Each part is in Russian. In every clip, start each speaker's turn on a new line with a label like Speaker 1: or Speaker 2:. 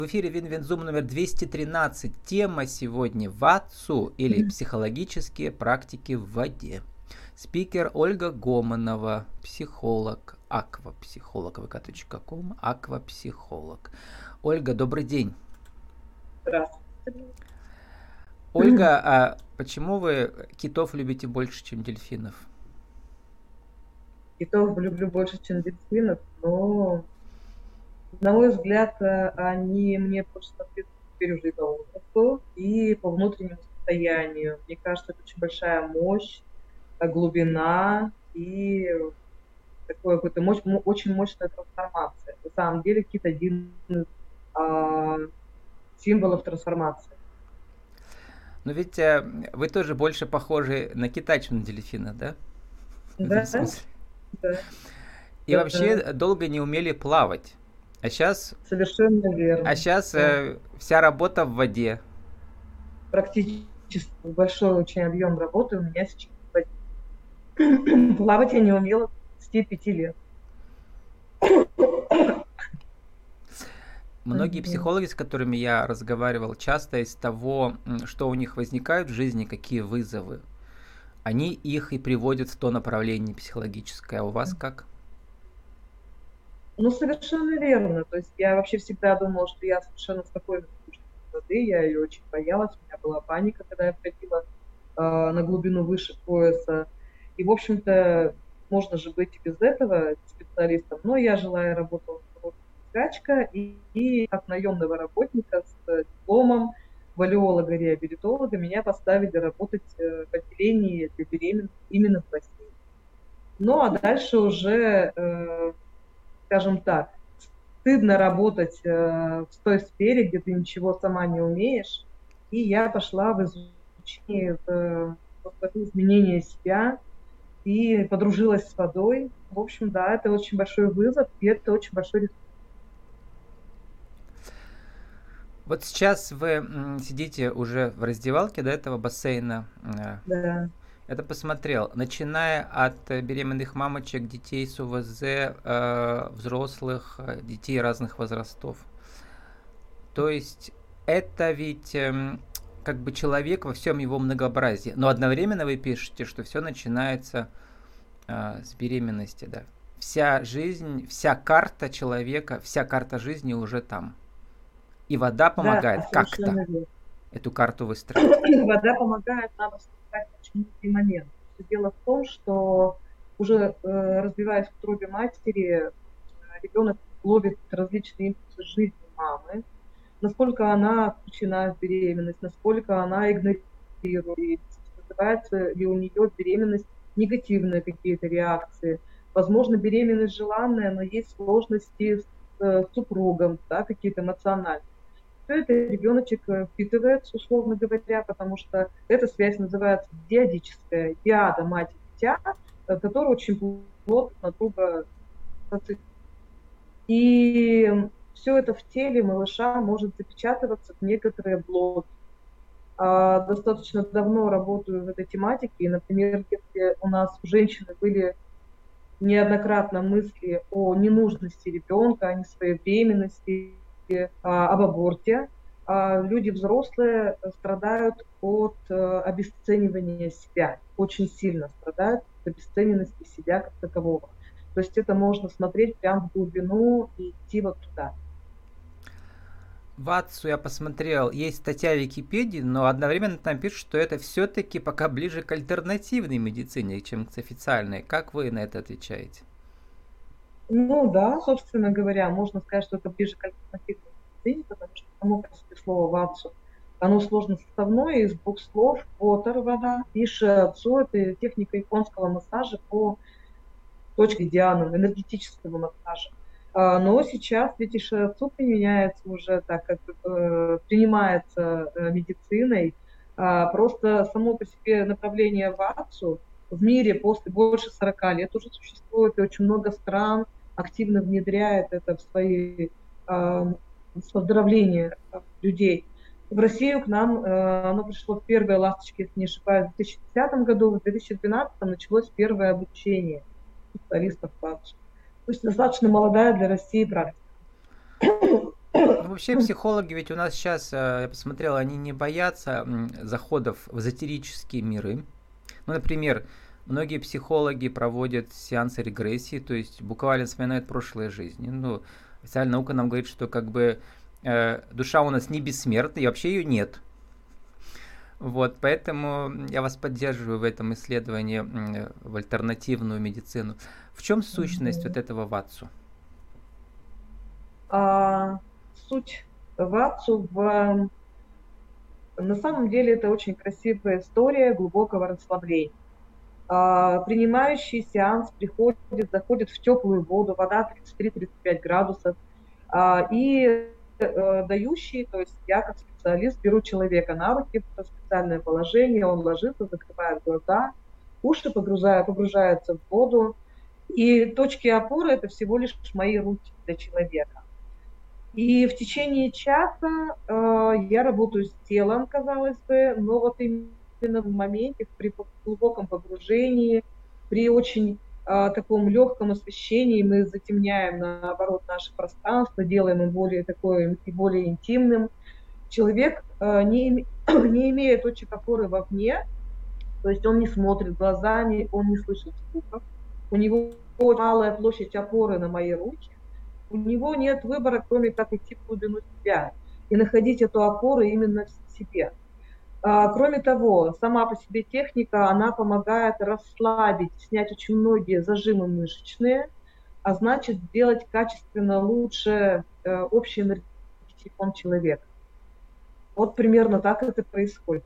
Speaker 1: В эфире Винвинзум номер 213. Тема сегодня ВАЦУ или психологические практики в воде. Спикер Ольга Гомонова, психолог, аквапсихолог, vk.com, аквапсихолог. Ольга, добрый день.
Speaker 2: Здравствуйте.
Speaker 1: Ольга, а почему вы китов любите больше, чем дельфинов?
Speaker 2: Китов люблю больше, чем дельфинов, но, на мой взгляд, они мне больше соответствуют теперь уже и по возрасту, и по внутреннему состоянию. Мне кажется, это очень большая мощь, глубина и такое какое-то очень мощная трансформация. На самом деле кит один из символов трансформации.
Speaker 1: Но ведь вы тоже больше похожи на кита, чем на дельфина, да? В этом
Speaker 2: Да,
Speaker 1: смысле.
Speaker 2: да,
Speaker 1: И
Speaker 2: да,
Speaker 1: вообще долго не умели плавать. А сейчас
Speaker 2: совершенно верно. Да.
Speaker 1: вся работа в воде.
Speaker 2: Практически большой очень объем работы у меня сейчас. Плавать я не умела с 25 лет.
Speaker 1: Многие психологи, с которыми я разговаривал, часто из того, что у них возникают в жизни, какие вызовы, они их и приводят в то направление психологическое. А у вас как?
Speaker 2: Ну, совершенно верно. То есть я вообще всегда думала, что я совершенно спокойно выхожу из воды. Я ее очень боялась. У меня была паника, когда я входила на глубину выше пояса. И, в общем-то, можно же быть и без этого специалистом. Но я жила и работала в скачка, и как наемного работника с дипломом валеолога-реабилитолога меня поставили работать в отделении для беременных именно в бассейне. Ну, а дальше уже, скажем так, стыдно работать в той сфере, где ты ничего сама не умеешь. И я пошла в изучение, в изменение себя и подружилась с водой. В общем, да, это очень большой вызов, и это очень большой ресурс.
Speaker 1: Вот сейчас вы сидите уже в раздевалке до этого бассейна.
Speaker 2: Да.
Speaker 1: Это посмотрел. Начиная от беременных мамочек, детей с УВЗ, взрослых, детей разных возрастов. То есть это ведь как бы человек во всем его многообразии. Но одновременно вы пишете, что все начинается с беременности, да. Вся жизнь, вся карта человека, вся карта жизни уже там. И вода
Speaker 2: Да,
Speaker 1: помогает как-то
Speaker 2: совершенно верно.
Speaker 1: эту карту выстроить.
Speaker 2: Вода помогает нам распознать очень многие моменты. Дело в том, что уже развиваясь в утробе матери, ребенок ловит различные импульсы жизни мамы, насколько она включена в беременность, насколько она игнорирует, вызывается ли у нее беременность негативные какие-то реакции. Возможно, беременность желанная, но есть сложности с супругом, да, какие-то эмоциональные. Все это ребеночек впитывает, условно говоря, потому что эта связь называется диадическая, диада мать и дитя, которая очень плотно друг друга. И все это в теле малыша может запечатываться в некоторые блоки. Достаточно давно работаю в этой тематике, и, например, если у нас у женщины были неоднократно мысли о ненужности ребенка, о несвоевременности, об аборте, люди взрослые страдают от обесценивания себя, очень сильно страдают от обесцененности себя как такового. То есть это можно смотреть прямо в глубину и идти вот туда.
Speaker 1: В АЦУ я посмотрел, есть статья в Википедии, но одновременно там пишут, что это все-таки пока ближе к альтернативной медицине, чем к официальной. Как вы на это отвечаете?
Speaker 2: Ну да, собственно говоря, можно сказать, что это ближе к альтернативной медицине, потому что само по себе слово «ватсу», оно сложно составное из двух слов «water» — вода, и «шиатсу» — это техника японского массажа по точке дианы, энергетического массажа. Но сейчас ведь и шиатсу применяется уже так, как принимается медициной. Просто само по себе направление ватсу в мире после больше 40 лет уже существует, и очень много стран активно внедряет это в свои поздравления людей. В Россию к нам оно пришло в первые ласточки, если не ошибаюсь, в 2010 году, в 2012 началось первое обучение специалистов ВАЦ. То есть достаточно молодая для России практика.
Speaker 1: вообще психологи ведь у нас сейчас, я посмотрел, они не боятся заходов в эзотерические миры. Ну, например, многие психологи проводят сеансы регрессии, то есть буквально вспоминают прошлые жизни. Ну, официальная наука нам говорит, что как бы душа у нас не бессмертна, и вообще ее нет. Вот, поэтому я вас поддерживаю в этом исследовании в альтернативную медицину. В чем сущность вот этого ватсу?
Speaker 2: Суть ватсу на самом деле это очень красивая история глубокого расслабления. Принимающий сеанс заходит в теплую воду, вода 33-35 градусов, и дающий, то есть я как специалист беру человека на руки в специальное положение, он ложится, закрывает глаза, уши погружаются в воду, и точки опоры это всего лишь мои руки для человека. И в течение часа я работаю с телом, казалось бы, но вот именно в моменте, при глубоком погружении, при очень таком легком освещении мы затемняем, наоборот, наше пространство, делаем его более такое и более интимным. Человек, не имея точек опоры вовне, то есть он не смотрит глазами, он не слышит звуков, у него малая площадь опоры на мои руки, у него нет выбора, кроме как идти в глубину себя и находить эту опору именно в себе. Кроме того, сама по себе техника, она помогает расслабить, снять очень многие зажимы мышечные, а значит сделать качественно лучше общий энергетический фон человека. Вот примерно так это происходит.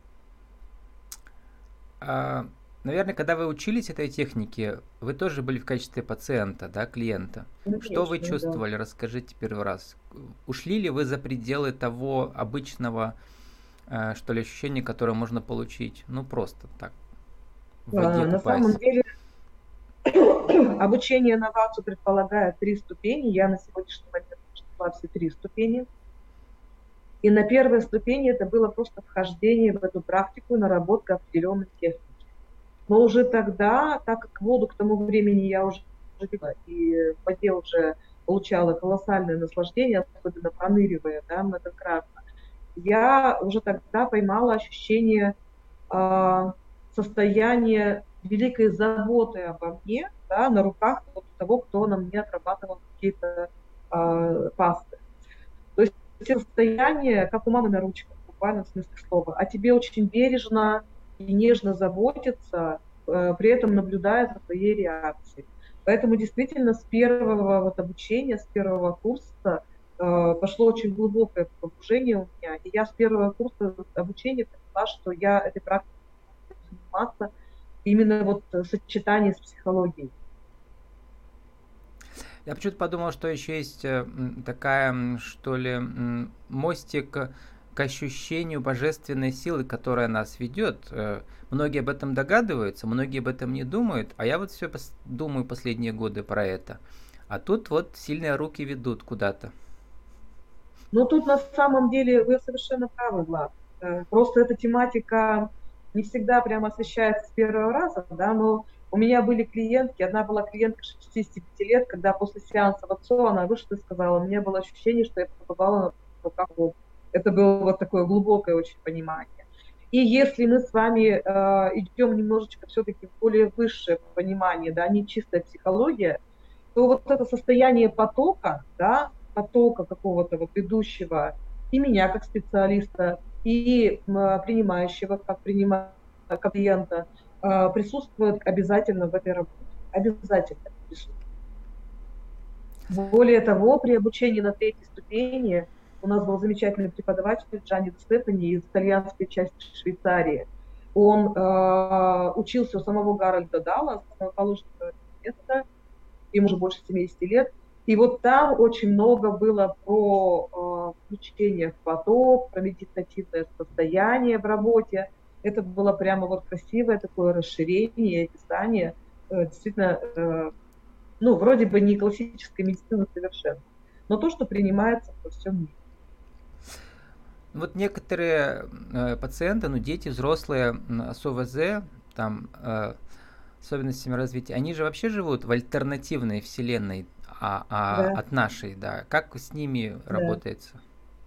Speaker 1: Наверное, когда вы учились этой технике, вы тоже были в качестве пациента, да, клиента.
Speaker 2: Конечно,
Speaker 1: что вы чувствовали?
Speaker 2: Да.
Speaker 1: Расскажите первый раз. Ушли ли вы за пределы того обычного, что ли, ощущения, которое можно получить? Ну, просто так, в воде
Speaker 2: На
Speaker 1: купаясь.
Speaker 2: самом деле, обучение на ватсу предполагает 3 ступени. Я на сегодняшний момент прошла все 3 ступени. И на первой ступени это было просто вхождение в эту практику, наработка определенной техники. Но уже тогда, так как воду к тому времени я уже пила, и в воде уже получала колоссальное наслаждение, особенно проныривая, да, многократно, я уже тогда поймала ощущение состояния великой заботы обо мне, да, на руках вот того, кто на мне отрабатывал какие-то пасты. То есть состояние, как у мамы на ручках, буквально в смысле слова, о тебе очень бережно и нежно заботится, при этом наблюдая за твоей реакцией. Поэтому действительно с первого вот обучения, с первого курса пошло очень глубокое погружение у меня. И я с первого курса обучения поняла, что я этой практикой буду заниматься именно вот в сочетании с психологией.
Speaker 1: Я почему-то подумал, что еще есть такая, что ли, мостик к ощущению божественной силы, которая нас ведет. Многие об этом догадываются, многие об этом не думают, а я вот все думаю последние годы про это. А тут вот сильные руки ведут куда-то.
Speaker 2: Но тут на самом деле вы совершенно правы, Влад. Просто эта тематика не всегда прямо освещается с первого раза, да, но у меня были клиентки, одна была клиентка 65 лет, когда после сеанса в отцу она вышла и сказала, у меня было ощущение, что я попала на руках Бога. Это было вот такое глубокое очень понимание. И если мы с вами идем немножечко все-таки в более высшее понимание, да, не чистая психология, то вот это состояние потока, да, потока какого-то вот ведущего и меня как специалиста, и принимающего как клиента присутствует обязательно в этой работе. Обязательно присутствует. Более того, при обучении на 3-й ступени у нас был замечательный преподаватель Джанни Стефани из итальянской части Швейцарии. Он учился у самого Гарольда Далла, основоположника метода, ему уже больше 70 лет. И вот там очень много было про включение в поток, про медитативное состояние в работе. Это было прямо вот красивое такое расширение, описание. Действительно, ну, вроде бы не классическая медицина совершенно, но то, что принимается во всем мире.
Speaker 1: Вот некоторые пациенты, ну, дети, взрослые с ОВЗ, там, особенностями развития, они же вообще живут в альтернативной вселенной
Speaker 2: Да.
Speaker 1: от нашей, да. Как с ними
Speaker 2: Да.
Speaker 1: работается?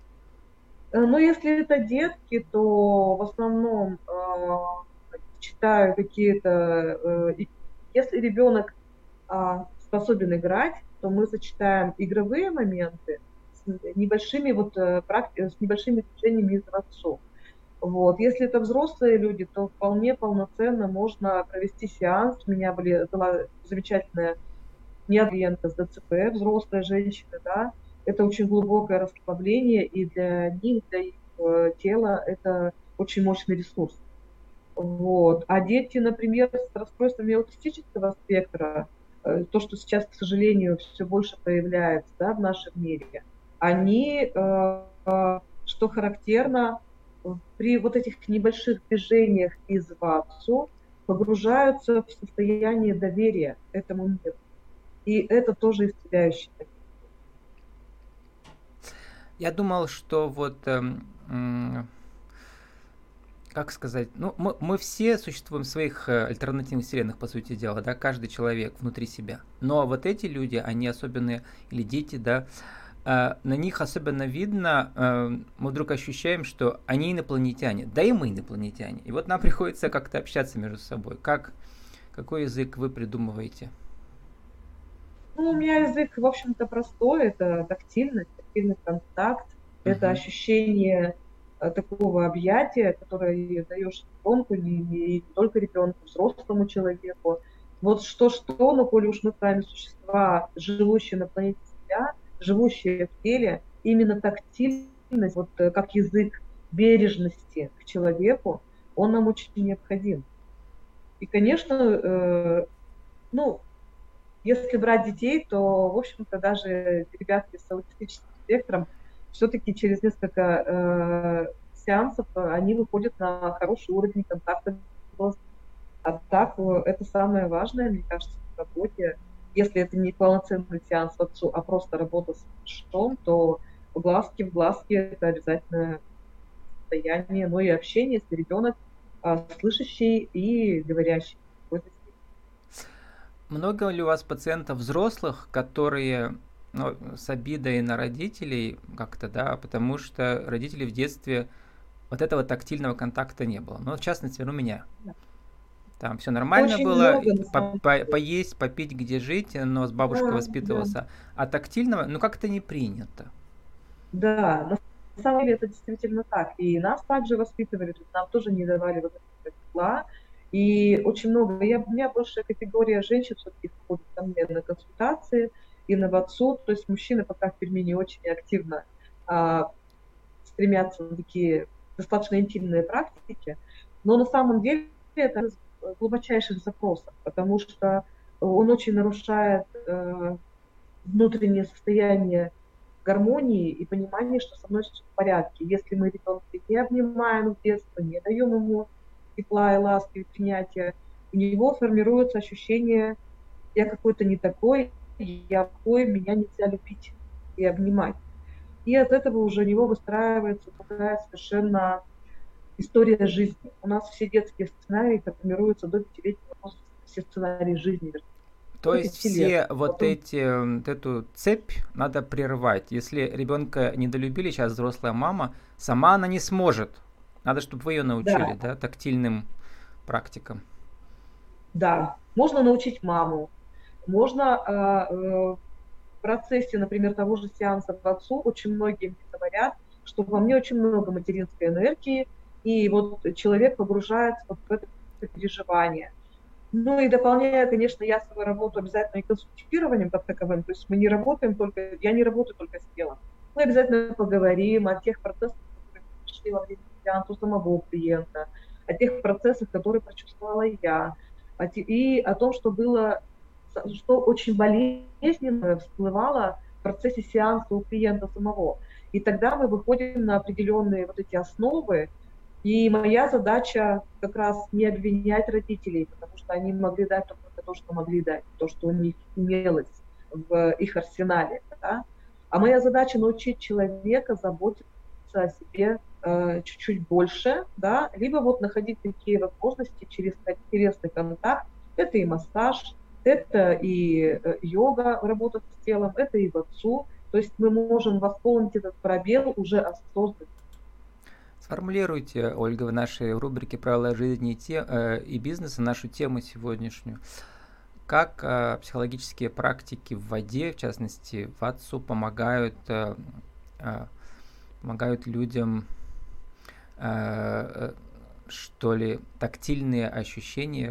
Speaker 2: Но если это детки, то в основном читаю какие-то... Если ребенок способен играть, то мы сочетаем игровые моменты с небольшими, с небольшими движениями из отцов. Вот. Если это взрослые люди, то вполне полноценно можно провести сеанс. У меня была замечательная клиентка с ДЦП, взрослая женщина, да. Это очень глубокое расслабление, и для них, для их тела это очень мощный ресурс. Вот. А дети, например, с расстройствами аутистического спектра, то, что сейчас, к сожалению, все больше появляется, да, в нашем мире, они, что характерно, при вот этих небольших движениях из ВАПСу погружаются в состояние доверия этому миру. И это тоже исцеляющий.
Speaker 1: Я думал, что вот как сказать, ну, мы все существуем в своих альтернативных вселенных, по сути дела, да, каждый человек внутри себя. Но вот эти люди, они особенные, или дети, да, на них особенно видно, мы вдруг ощущаем, что они инопланетяне, да и мы инопланетяне. И вот нам приходится как-то общаться между собой. Какой язык вы придумываете?
Speaker 2: Ну, у меня язык, в общем-то, простой. Это тактильность, тактильный контакт. Это ощущение такого объятия, которое даешь ребенку, не только ребенку, взрослому человеку. Вот что-что, но коли уж мы с вами существа, живущие на планете Земля, живущие в теле, именно тактильность, вот как язык бережности к человеку, он нам очень необходим. И, конечно, ну, если брать детей, то, в общем-то, даже ребятки с аутистическим спектром все-таки через несколько сеансов они выходят на хороший уровень контакта. А так, это самое важное, мне кажется, в работе. Если это не полноценный сеанс в отцу, а просто работа с малышом, то глазки в глазки – это обязательное состояние, но и общение, если ребенок слышащий и говорящий.
Speaker 1: Много ли у вас пациентов взрослых, которые с обидой на родителей как-то, да, потому что родители в детстве вот этого тактильного контакта не было. Ну, в частности, у меня. Там все нормально
Speaker 2: Очень
Speaker 1: было,
Speaker 2: много, на самом деле.
Speaker 1: поесть, попить, где жить, но с бабушкой
Speaker 2: Да, да.
Speaker 1: воспитывался. А тактильного, ну, как-то не принято.
Speaker 2: Да, на самом деле это действительно так. И нас также воспитывали, то есть нам тоже не давали вот этого тепла. И очень много, у меня большая категория женщин все-таки ходит ко мне на консультации и на ВАЦУ, то есть мужчины пока в Перми не очень активно стремятся на такие достаточно интимные практики, но на самом деле это из глубочайших запросов, потому что он очень нарушает внутреннее состояние гармонии и понимания, что со мной все в порядке. Если мы ребенка не обнимаем с детства, не даем ему тепла и ласки, и принятия, у него формируется ощущение, я какой-то не такой, я такой, меня нельзя любить и обнимать. И от этого уже у него выстраивается такая совершенно история жизни. У нас все детские сценарии формируются до 5-летнего возраста, все сценарии жизни.
Speaker 1: То
Speaker 2: До
Speaker 1: есть
Speaker 2: 5 лет.
Speaker 1: все вот
Speaker 2: Потом...
Speaker 1: эту цепь надо прерывать. Если ребенка недолюбили, сейчас взрослая мама, сама она не сможет. Надо, чтобы вы ее научили,
Speaker 2: Да,
Speaker 1: да, тактильным практикам.
Speaker 2: да. Можно научить маму. Можно в процессе, например, того же сеанса к отцу очень многие мне говорят, что во мне очень много материнской энергии, и вот человек погружается вот в это переживание. Ну и дополняя, конечно, я свою работу обязательно и консультированием как таковым, то есть мы не работаем только, я не работаю только с телом. Мы обязательно поговорим о тех процессах, которые пришли во время сеанса у самого клиента, о тех процессах, которые прочувствовала я, и о том, что было, что очень болезненно всплывало в процессе сеанса у клиента самого. И тогда мы выходим на определенные вот эти основы, и моя задача как раз не обвинять родителей, потому что они могли дать только то, что могли дать, то, что у них имелось в их арсенале. Да? А моя задача научить человека заботиться о себе чуть-чуть больше, да? Либо вот находить такие возможности через интересный контакт. Это и массаж, это и йога, работа с телом, это и ватсу. То есть мы можем восполнить этот пробел уже осознанно.
Speaker 1: Сформулируйте, Ольга, в нашей рубрике «Правила жизни и бизнеса» нашу тему сегодняшнюю. Как психологические практики в воде, в частности, в ВАТСУ, помогают людям, что ли, тактильные ощущения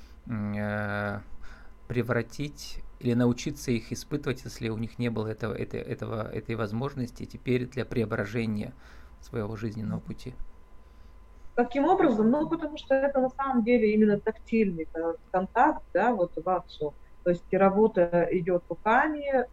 Speaker 1: превратить или научиться их испытывать, если у них не было этой возможности теперь для преображения своего жизненного пути.
Speaker 2: Каким образом? Ну, потому что это на самом деле именно тактильный контакт, да, вот в АЦУ. То есть работа идет руками,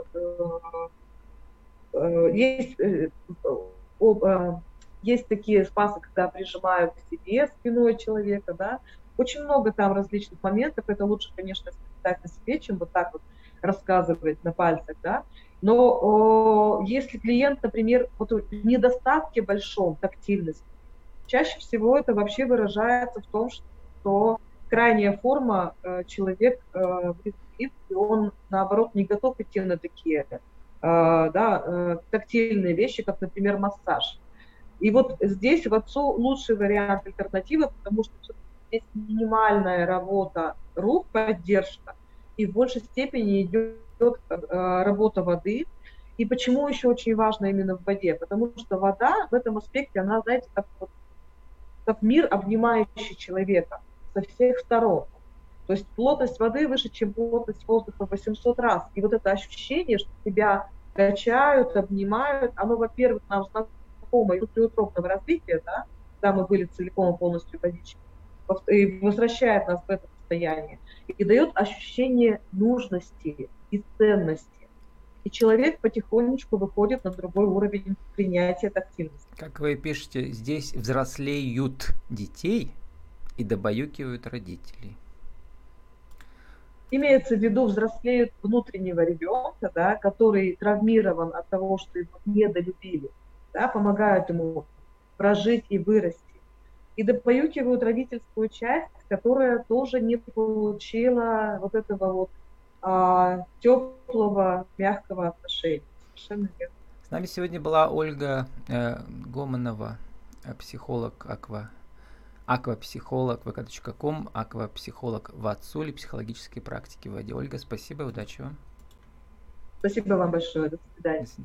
Speaker 2: есть такие спасы, когда прижимают к себе спиной человека, да. Очень много там различных моментов. Это лучше, конечно, испытать на себе, чем вот так вот рассказывать на пальцах, да. Но если клиент, например, вот в недостатке большом тактильности, чаще всего это вообще выражается в том, что крайняя форма человек и он, наоборот, не готов идти на такие тактильные вещи, как, например, массаж. И вот здесь в АЦУ лучший вариант альтернативы, потому что здесь минимальная работа рук, поддержка, и в большей степени идет работа воды. И почему еще очень важно именно в воде? Потому что вода в этом аспекте, она, знаете, как мир, обнимающий человека со всех сторон. То есть плотность воды выше, чем плотность воздуха в 800 раз. И вот это ощущение, что тебя качают, обнимают, оно, во-первых, нам знакомо из внутриутробного развития, да, когда мы были целиком и полностью водичкой, и возвращает нас в это состояние. И дает ощущение нужности и ценности. И человек потихонечку выходит на другой уровень принятия тактильности.
Speaker 1: Как вы пишете, здесь взрослеют детей и добаюкивают родителей.
Speaker 2: Имеется в виду, взрослеют внутреннего ребенка, да, который травмирован от того, что его недолюбили, да, помогают ему прожить и вырасти. И добаюкивают родительскую часть, которая тоже не получила вот этого вот теплого, мягкого отношения. Совершенно верно.
Speaker 1: С нами сегодня была Ольга Гомонова, психолог аквапсихолог vk.com, аквапсихолог в АЦУ или психологические практики в воде. Ольга, спасибо, удачи вам.
Speaker 2: Спасибо вам большое, до свидания.
Speaker 1: До свидания.